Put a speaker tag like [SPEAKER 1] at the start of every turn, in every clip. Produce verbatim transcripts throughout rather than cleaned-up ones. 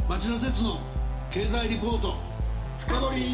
[SPEAKER 1] 町田鉄の経済リポート深掘り。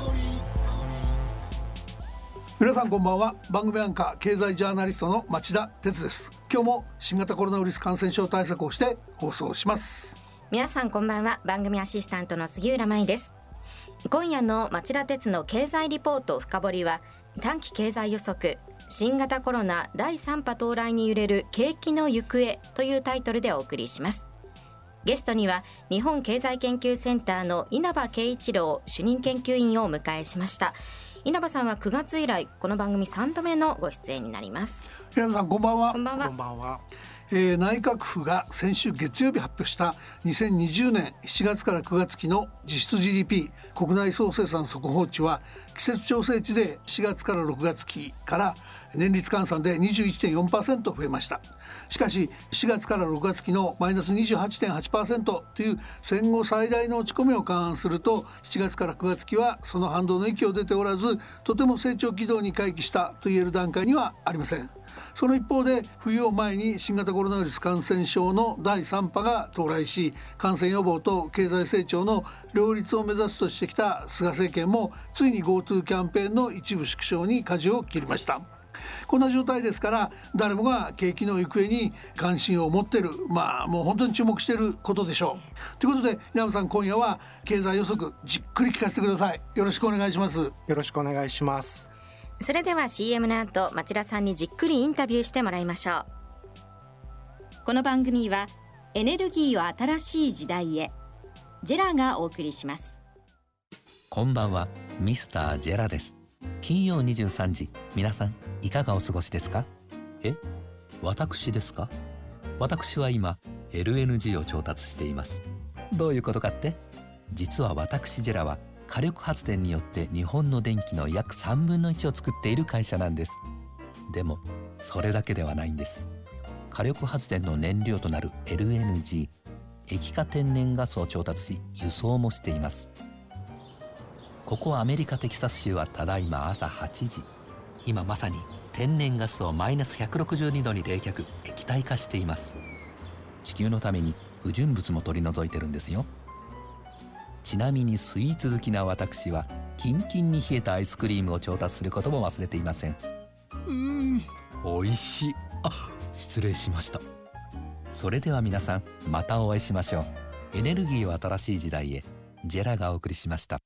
[SPEAKER 1] 皆さんこんばんは。番組アンカー経済ジャーナリストの町田鉄です。今日も新型コロナウイルス感染症対策をして放送します。
[SPEAKER 2] 皆さんこんばんは。番組アシスタントの杉浦舞です。今夜の町田鉄の経済リポート深掘りは、短期経済予測、新型コロナだいさん波到来に揺れる景気の行方というタイトルでお送りします。ゲストには日本経済研究センターの稲葉圭一郎主任研究員をお迎えしました。稲葉さんはくがつ以来この番組さんどめのご出演になります。
[SPEAKER 1] 稲葉さんこんばんは。
[SPEAKER 2] こんばんは。
[SPEAKER 3] こんばんは。
[SPEAKER 1] えー、内閣府が先週月曜日発表したにせんにじゅうねんしちがつからくがつ期の実質 ジーディーピー 国内総生産速報値は、季節調整値でしがつからろくがつ期から年率換算で にじゅういってんよんパーセント 増えました。しかししがつからろくがつ期のマイナス にじゅうはちてんはちパーセント という戦後最大の落ち込みを勘案すると、しちがつからくがつ期はその反動の息を出ておらず、とても成長軌道に回帰したといえる段階にはありません。その一方で、冬を前に新型コロナウイルス感染症のだいさん波が到来し、感染予防と経済成長の両立を目指すとしてきた菅政権も、ついに GoTo キャンペーンの一部縮小に舵を切りました。こんな状態ですから、誰もが景気の行方に関心を持っている、まあもう本当に注目していることでしょう。ということで稲葉さん、今夜は経済予測じっくり聞かせてください。よろしくお願いします。
[SPEAKER 3] よろしくお願いします。
[SPEAKER 2] それでは シーエム の後、町田さんにじっくりインタビューしてもらいましょう。この番組はエネルギーを新しい時代へ、ジェラがお送りします。
[SPEAKER 4] こんばんは、ミスタージェラです。金曜にじゅうさんじ、皆さんいかがお過ごしですか？え、私ですか？私は今 エルエヌジー を調達しています。どういうことかって？実は私ジェラは火力発電によって日本の電気の約さんぶんのいちを作っている会社なんです。でもそれだけではないんです。火力発電の燃料となる エルエヌジー、 液化天然ガスを調達し輸送もしています。ここアメリカテキサス州はただいま朝はちじ。今まさに天然ガスをマイナスひゃくろくじゅうにどに冷却、液体化しています。地球のために不純物も取り除いてるんですよ。ちなみにスイーツ好きな私はキンキンに冷えたアイスクリームを調達することも忘れていません。うーん、美味しい。あ、失礼しました。それでは皆さん、またお会いしましょう。エネルギーを新しい時代へ、ジェラがお送りしました。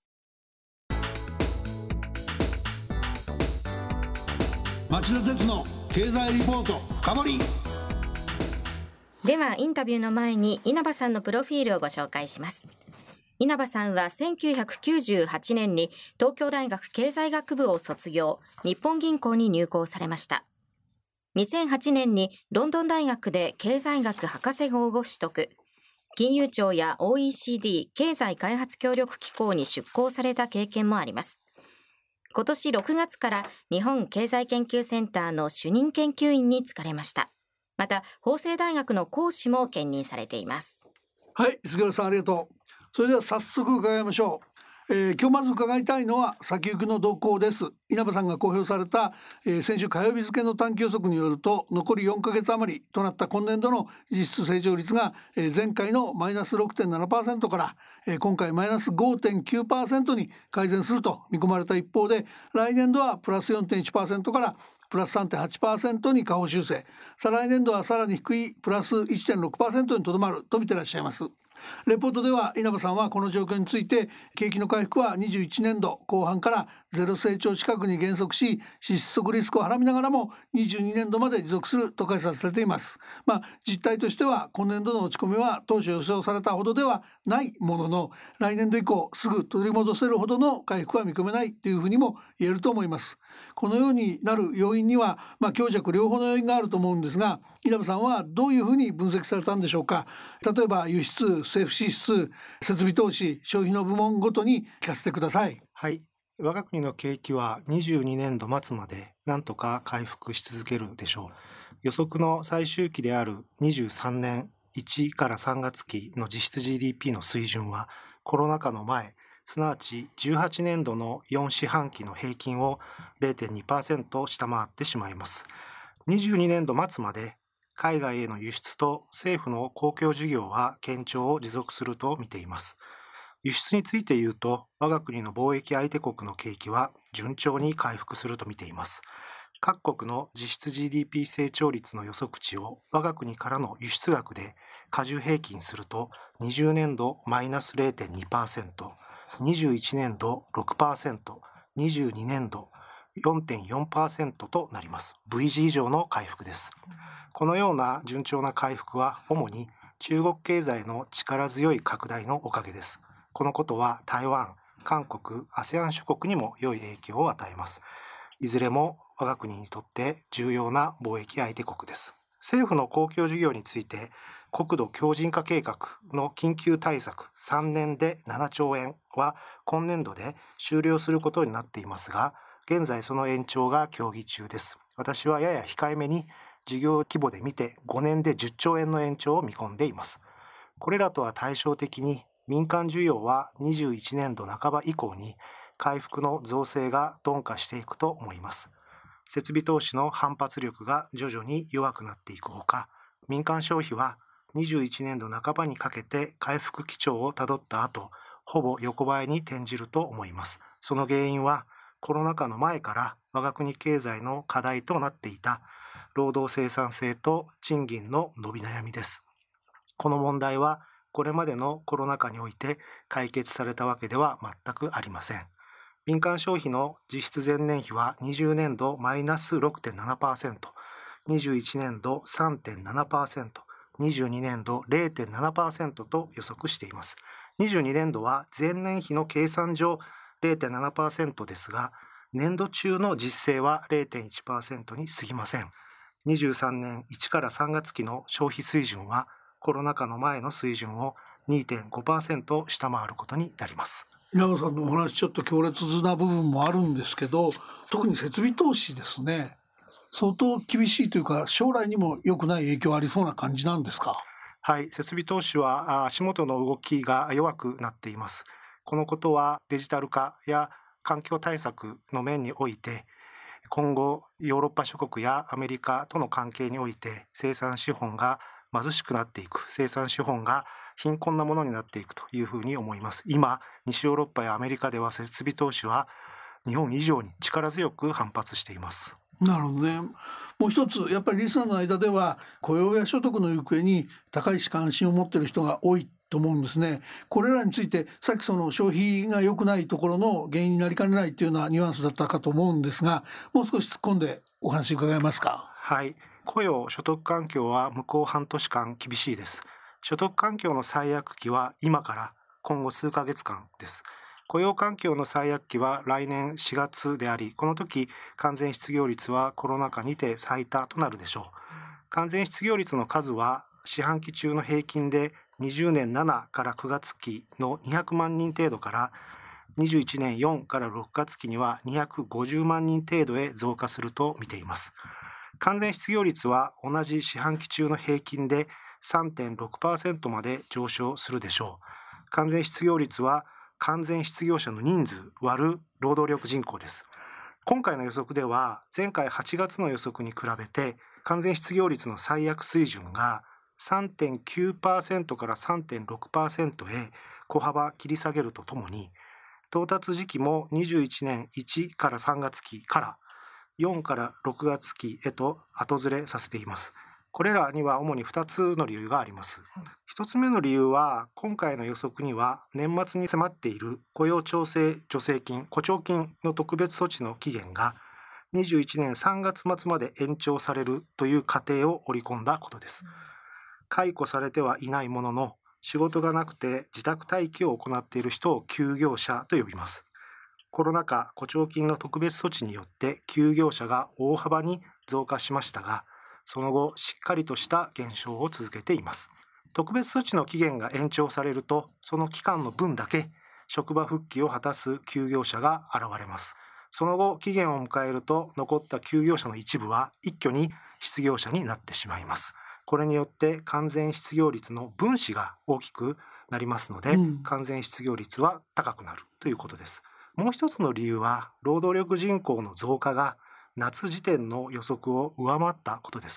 [SPEAKER 1] 町田鉄の経済リポート深掘り。
[SPEAKER 2] ではインタビューの前に稲葉さんのプロフィールをご紹介します。稲葉さんはせんきゅうひゃくきゅうじゅうはちねんに東京大学経済学部を卒業、日本銀行に入行されました。にせんはちねんにロンドン大学で経済学博士号を取得、金融庁や オーイーシーディー 経済開発協力機構に出向された経験もあります。今年ろくがつから日本経済研究センターの主任研究員に就かれました。また法政大学の講師も兼任されています。
[SPEAKER 1] はい、杉浦さんありがとう。それでは早速伺いましょう。えー、今日まず伺いたいのは先行きの動向です。稲葉さんが公表された、えー、先週火曜日付の短期予測によると、残りよんかげつ余りとなった今年度の実質成長率が、えー、前回のマイナス ろくてんななパーセント から、えー、今回マイナス ごてんきゅうパーセント に改善すると見込まれた一方で、来年度はプラス よんてんいちパーセント からプラス さんてんはちパーセント に下方修正、再来年度はさらに低いプラス いってんろくパーセント にとどまると見てらっしゃいます。レポートでは稲葉さんはこの状況について、景気の回復はにじゅういちねんどこう半からゼロ成長近くに減速し、失速リスクをはらみながらもにじゅうにねんどまで持続すると解説されています。まあ実態としては今年度の落ち込みは当初予想されたほどではないものの、来年度以降すぐ取り戻せるほどの回復は見込めないというふうにも言えると思います。このようになる要因には、まあ、強弱両方の要因があると思うんですが、稲葉さんはどういうふうに分析されたんでしょうか。例えば輸出、政府支出、設備投資、消費の部門ごとに聞かせてください。
[SPEAKER 3] はい、我が国の景気はにじゅうにねんど末までなんとか回復し続けるでしょう。予測の最終期であるにじゅうさんねんいちからさんがつ期の実質 ジーディーピー の水準は、コロナ禍の前、すなわちじゅうはちねんどのよん四半期の平均を れいてんにパーセント 下回ってしまいます。にじゅうにねんど末まで海外への輸出と政府の公共事業は堅調を持続すると見ています。輸出について言うと、我が国の貿易相手国の景気は順調に回復すると見ています。各国の実質 ジーディーピー 成長率の予測値を我が国からの輸出額で加重平均すると、にじゅうねんどマイナス れいてんにパーセント、にじゅういちねんど ろくパーセント、にじゅうにねんど よんてんよんパーセント となります。V 字以上の回復です。このような順調な回復は主に中国経済の力強い拡大のおかげです。このことは台湾、韓国、アセアン 諸国にも良い影響を与えます。いずれも我が国にとって重要な貿易相手国です。政府の公共事業について、国土強靭化計画の緊急対策さんねんでななちょうえんは今年度で終了することになっていますが、現在その延長が協議中です。私はやや控えめに事業規模で見てごねんでじゅっちょうえんの延長を見込んでいます。これらとは対照的に民間需要はにじゅういちねんどなかば以降に回復の増勢が鈍化していくと思います。設備投資の反発力が徐々に弱くなっていくほか、民間消費はにじゅういちねんどなかばにかけて回復基調をたどった後、ほぼ横ばいに転じると思います。その原因はコロナ禍の前から我が国経済の課題となっていた労働生産性と賃金の伸び悩みです。この問題はこれまでのコロナ禍において解決されたわけでは全くありません。民間消費の実質前年比はにじゅうねんどマイナス ろくてんななパーセント、にじゅういちねんど さんてんななパーセント、にじゅうにねんど れいてんななパーセント と予測しています。にじゅうにねんどは前年比の計算上 れいてんななパーセント ですが、年度中の実勢は れいてんいちパーセント に過ぎません。にじゅうさんねんいちからさんがつ期の消費水準はコロナ禍の前の水準を にてんごパーセント 下回ることになります。
[SPEAKER 1] 稲葉さんのお話ちょっと強烈な部分もあるんですけど、特に設備投資ですね、相当厳しいというか将来にも良くない影響ありそうな感じなんですか？
[SPEAKER 3] はい、設備投資は足元の動きが弱くなっています。このことはデジタル化や環境対策の面において、今後ヨーロッパ諸国やアメリカとの関係において生産資本が貧しくなっていく、生産資本が貧困なものになっていくというふうに思います。今、西ヨーロッパやアメリカでは設備投資は日本以上に力強く反発しています。
[SPEAKER 1] なるほどね。もう一つ、やっぱりリスナーの間では雇用や所得の行方に高い関心を持っている人が多いと思うんですね。これらについて、さっきその消費が良くないところの原因になりかねないというようなニュアンスだったかと思うんですが、もう少し突っ込んでお話伺えますか？
[SPEAKER 3] はい、雇用所得環境は向こう半年間厳しいです。所得環境の最悪期は今から今後数ヶ月間です。雇用環境の最悪期は来年しがつであり、この時完全失業率はコロナ禍にて最多となるでしょう。完全失業率の数は四半期中の平均でにじゅうねんななからくがつ期のにひゃくまんにん程度からにじゅういちねんよんからろくがつ期にはにひゃくごじゅうまんにん程度へ増加すると見ています。完全失業率は同じ四半期中の平均で さんてんろくパーセント まで上昇するでしょう。完全失業率は完全失業者の人数割る労働力人口です。今回の予測では前回はちがつの予測に比べて完全失業率の最悪水準が さんてんきゅうパーセント から さんてんろくパーセント へ小幅切り下げるとともに、到達時期もにじゅういちねんいちからさんがつ期からよんからろくがつ期へと後ずれさせています。これらには主にふたつの理由があります。ひとつめの理由は、今回の予測には年末に迫っている雇用調整助成金、雇調金の特別措置の期限がにじゅういちねんさんがつまつまで延長されるという過程を織り込んだことです。解雇されてはいないものの、仕事がなくて自宅待機を行っている人を休業者と呼びます。コロナ禍雇調金の特別措置によって休業者が大幅に増加しましたが、その後しっかりとした減少を続けています。特別措置の期限が延長されると、その期間の分だけ職場復帰を果たす休業者が現れます。その後期限を迎えると、残った休業者の一部は一挙に失業者になってしまいます。これによって完全失業率の分子が大きくなりますので、うん、完全失業率は高くなるということです。もう一つの理由は、労働力人口の増加が夏時点の予測を上回ったことです。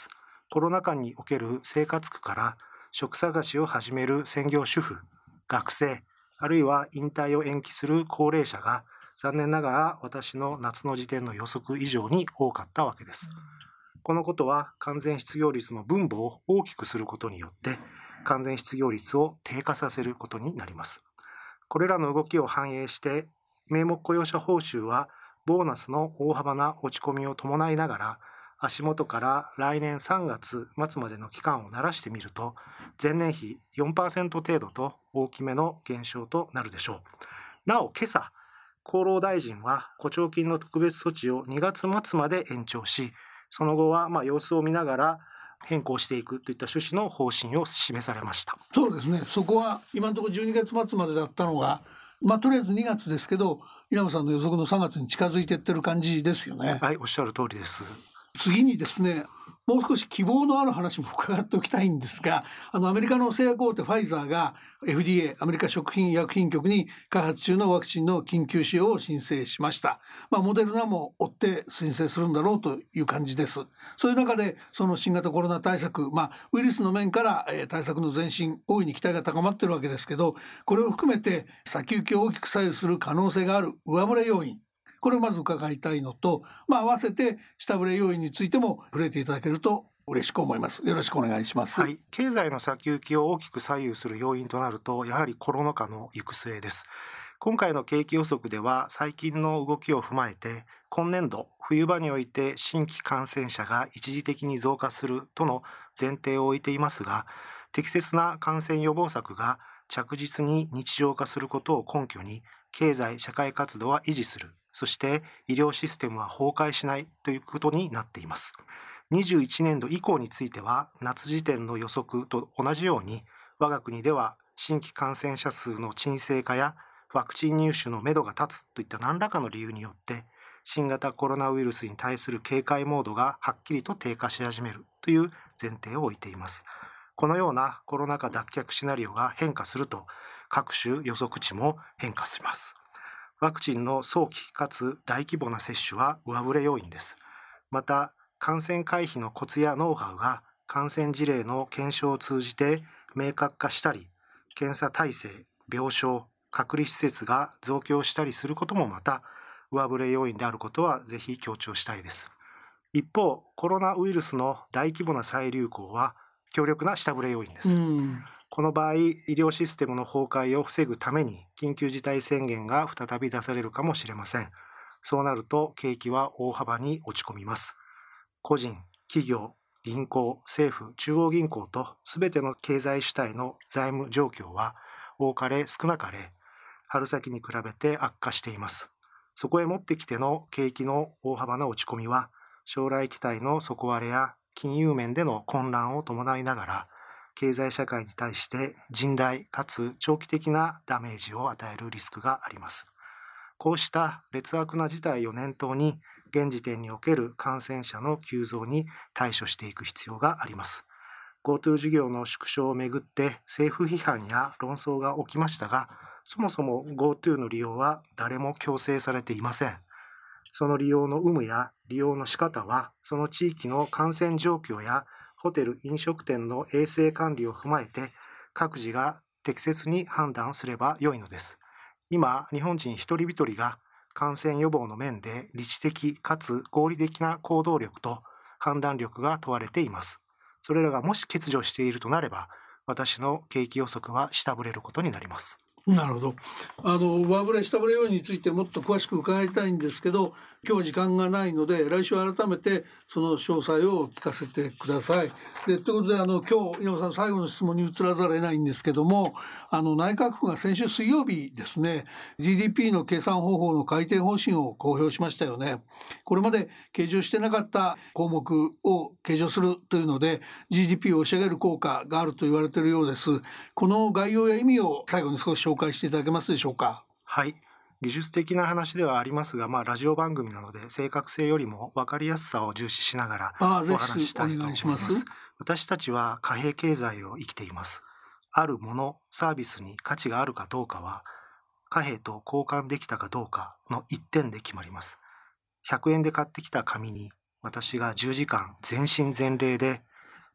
[SPEAKER 3] コロナ禍における生活苦から職探しを始める専業主婦、学生、あるいは引退を延期する高齢者が残念ながら私の夏の時点の予測以上に多かったわけです。このことは完全失業率の分母を大きくすることによって完全失業率を低下させることになります。これらの動きを反映して名目雇用者報酬はボーナスの大幅な落ち込みを伴いながら足元から来年さんがつ末までの期間をならしてみると前年比 よんパーセント 程度と大きめの減少となるでしょう。なお今朝厚労大臣は雇調金の特別措置をにがつ末まで延長し、その後はまあ様子を見ながら変更していくといった趣旨の方針を示されました。
[SPEAKER 1] そうですね、そこは今のところじゅうにがつ末までだったのが、まあ、とりあえずにがつですけど稲葉さんの予測のさんがつに近づいていってる感じですよね。
[SPEAKER 3] はい、おっしゃる通りです。
[SPEAKER 1] 次にですね、もう少し希望のある話も伺っておきたいんですが、あのアメリカの製薬大手ファイザーが エフディーエー アメリカ食品医薬品局に開発中のワクチンの緊急使用を申請しました。まあ、モデルナも追って申請するんだろうという感じです。そういう中でその新型コロナ対策、まあ、ウイルスの面から、えー、対策の前進、大いに期待が高まっているわけですけど、これを含めて先行きを大きく左右する可能性がある上振れ要因、これをまず伺いたいのと、まあ、合わせて下振れ要因についても触れていただけると嬉しく思います。よろしくお願いします。
[SPEAKER 3] はい、経済の先行きを大きく左右する要因となるとやはりコロナ禍の行く末です。今回の景気予測では最近の動きを踏まえて今年度冬場において新規感染者が一時的に増加するとの前提を置いていますが、適切な感染予防策が着実に日常化することを根拠に経済社会活動は維持する、そして医療システムは崩壊しないということになっています。にじゅういちねんど以降については夏時点の予測と同じように我が国では新規感染者数の沈静化やワクチン入手のめどが立つといった何らかの理由によって新型コロナウイルスに対する警戒モードがはっきりと低下し始めるという前提を置いています。このようなコロナ禍脱却シナリオが変化すると各種予測値も変化します。ワクチンの早期かつ大規模な接種は上振れ要因です。また感染回避のコツやノウハウが感染事例の検証を通じて明確化したり、検査体制、病床、隔離施設が増強したりすることもまた上振れ要因であることはぜひ強調したいです。一方、コロナウイルスの大規模な再流行は強力な下振れ要因です。
[SPEAKER 1] うん
[SPEAKER 3] この場合、医療システムの崩壊を防ぐために緊急事態宣言が再び出されるかもしれません。そうなると景気は大幅に落ち込みます。個人、企業、銀行、政府、中央銀行とすべての経済主体の財務状況は多かれ少なかれ春先に比べて悪化しています。そこへ持ってきての景気の大幅な落ち込みは将来期待の底割れや金融面での混乱を伴いながら経済社会に対して甚大かつ長期的なダメージを与えるリスクがあります。こうした劣悪な事態を念頭に現時点における感染者の急増に対処していく必要があります。GoTo 事業の縮小をめぐって政府批判や論争が起きましたが、そもそも GoTo の利用は誰も強制されていません。その利用の有無や利用の仕方はその地域の感染状況やホテル・飲食店の衛生管理を踏まえて各自が適切に判断すればよいのです。今、日本人一人一人が感染予防の面で理知的かつ合理的な行動力と判断力が問われています。それらがもし欠如しているとなれば、私の景気予測は下振れることになります。
[SPEAKER 1] なるほど。あの上振れ下振れ要因についてもっと詳しく伺いたいんですけど、今日は時間がないので来週改めてその詳細を聞かせてください。でということで、あの今日稲葉さん最後の質問に移らざるを得ないんですけども、あの内閣府が先週水曜日ですね ジーディーピー の計算方法の改定方針を公表しましたよね。これまで計上してなかった項目を計上するというので ジーディーピー を押し上げる効果があると言われているようです。この概要や意味を最後に少し紹介していただけますでしょうか。
[SPEAKER 3] はい、技術的な話ではありますが、まあ、ラジオ番組なので正確性よりも分かりやすさを重視しながらお話ししたいと思います。私たちは貨幣経済を生きています。あるもの、サービスに価値があるかどうかは貨幣と交換できたかどうかの一点で決まります。ひゃくえんで買ってきた紙に私がじゅうじかん全身全霊で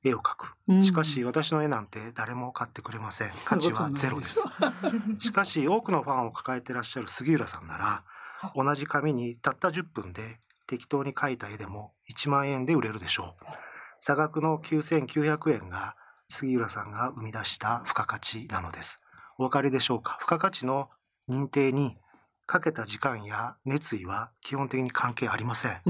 [SPEAKER 3] 絵を描く。しかし私の絵なんて誰も買ってくれません。価値はゼロです。しかし多くのファンを抱えていらっしゃる杉浦さんなら、同じ紙にたったじゅっぷんで適当に描いた絵でもいちまんえんで売れるでしょう。差額のきゅうせんきゅうひゃくえんが杉浦さんが生み出した付加価値なのです。お分かりでしょうか。付加価値の認定にかけた時間や熱意は基本的に関係ありません。うん、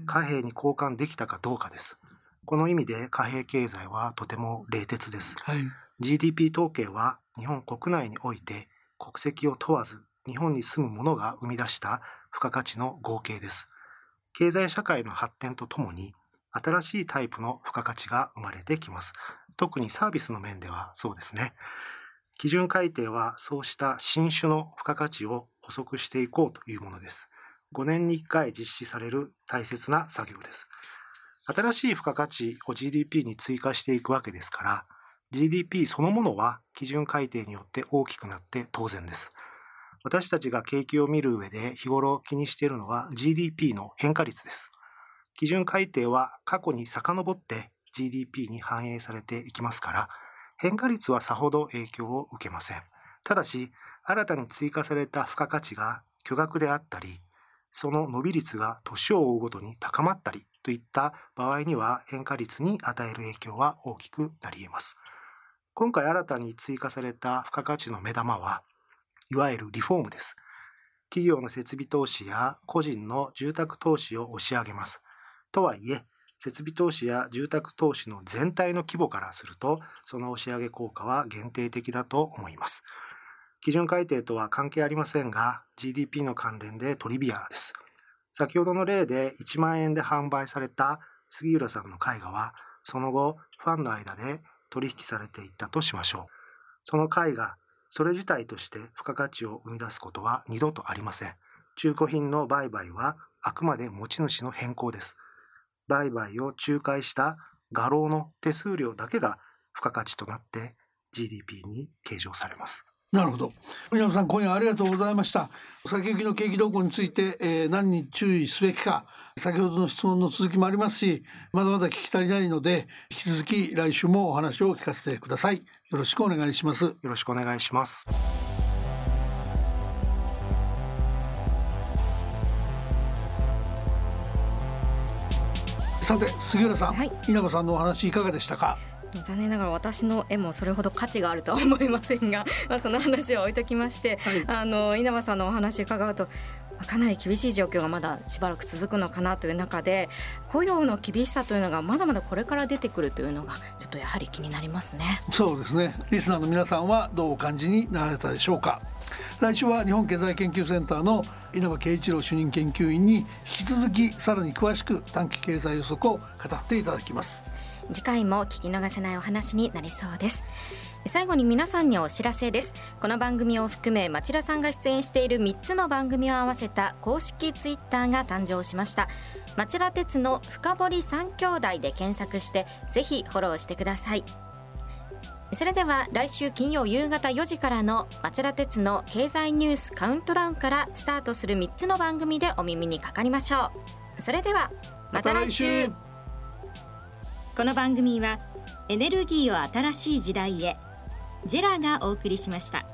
[SPEAKER 3] 貨幣に交換できたかどうかです。この意味で貨幣経済はとても冷徹です。はい、ジーディーピー 統計は日本国内において国籍を問わず日本に住む者が生み出した付加価値の合計です。経済社会の発展とともに新しいタイプの付加価値が生まれてきます。特にサービスの面ではそうですね。基準改定はそうした新種の付加価値を補足していこうというものです。ごねんにいっかい実施される大切な作業です。新しい付加価値を ジーディーピー に追加していくわけですから、ジーディーピー そのものは基準改定によって大きくなって当然です。私たちが景気を見る上で日頃気にしているのは ジーディーピー の変化率です。基準改定は過去に遡って ジーディーピー に反映されていきますから、変化率はさほど影響を受けません。ただし、新たに追加された付加価値が巨額であったり、その伸び率が年を追うごとに高まったりといった場合には変化率に与える影響は大きくなり得ます。今回新たに追加された付加価値の目玉は、いわゆるリフォームです。企業の設備投資や個人の住宅投資を押し上げます。とはいえ、設備投資や住宅投資の全体の規模からすると、その押し上げ効果は限定的だと思います。基準改定とは関係ありませんが、ジーディーピー の関連でトリビアです。先ほどの例でいちまんえんで販売された杉浦さんの絵画は、その後ファンの間で取引されていったとしましょう。その絵画、それ自体として付加価値を生み出すことは二度とありません。中古品の売買はあくまで持ち主の変更です。売買を仲介した画廊の手数料だけが付加価値となって ジーディーピー に計上されます。
[SPEAKER 1] なるほど。稲葉さん、今夜ありがとうございました。先行きの景気動向について、えー、何に注意すべきか、先ほどの質問の続きもありますし、まだまだ聞き足りないので、引き続き来週もお話を聞かせてください。よろしくお願いします。よ
[SPEAKER 3] ろしくお願いします。
[SPEAKER 1] さて杉浦さん、はい、稲葉さんのお話いかがでしたか？
[SPEAKER 2] 残念ながら私の絵もそれほど価値があるとは思いませんが、まあ、その話は置いときまして、はい、あの稲葉さんのお話伺うとかなり厳しい状況がまだしばらく続くのかなという中で、雇用の厳しさというのがまだまだこれから出てくるというのがちょっとやはり気になりますね。
[SPEAKER 1] そうですね。リスナーの皆さんはどうお感じになられたでしょうか？来週は日本経済研究センターの稲葉圭一郎主任研究員に引き続きさらに詳しく短期経済予測を語っていただきます。
[SPEAKER 2] 次回も聞き逃せないお話になりそうです。最後に皆さんにお知らせです。この番組を含め町田さんが出演しているみっつの番組を合わせた公式ツイッターが誕生しました。町田鉄の深堀三兄弟で検索してぜひフォローしてください。それでは来週金曜夕方よじからの町田鉄の経済ニュースカウントダウンからスタートするみっつの番組でお耳にかかりましょう。それではまた来週。この番組はエネルギーを新しい時代へジェラがお送りしました。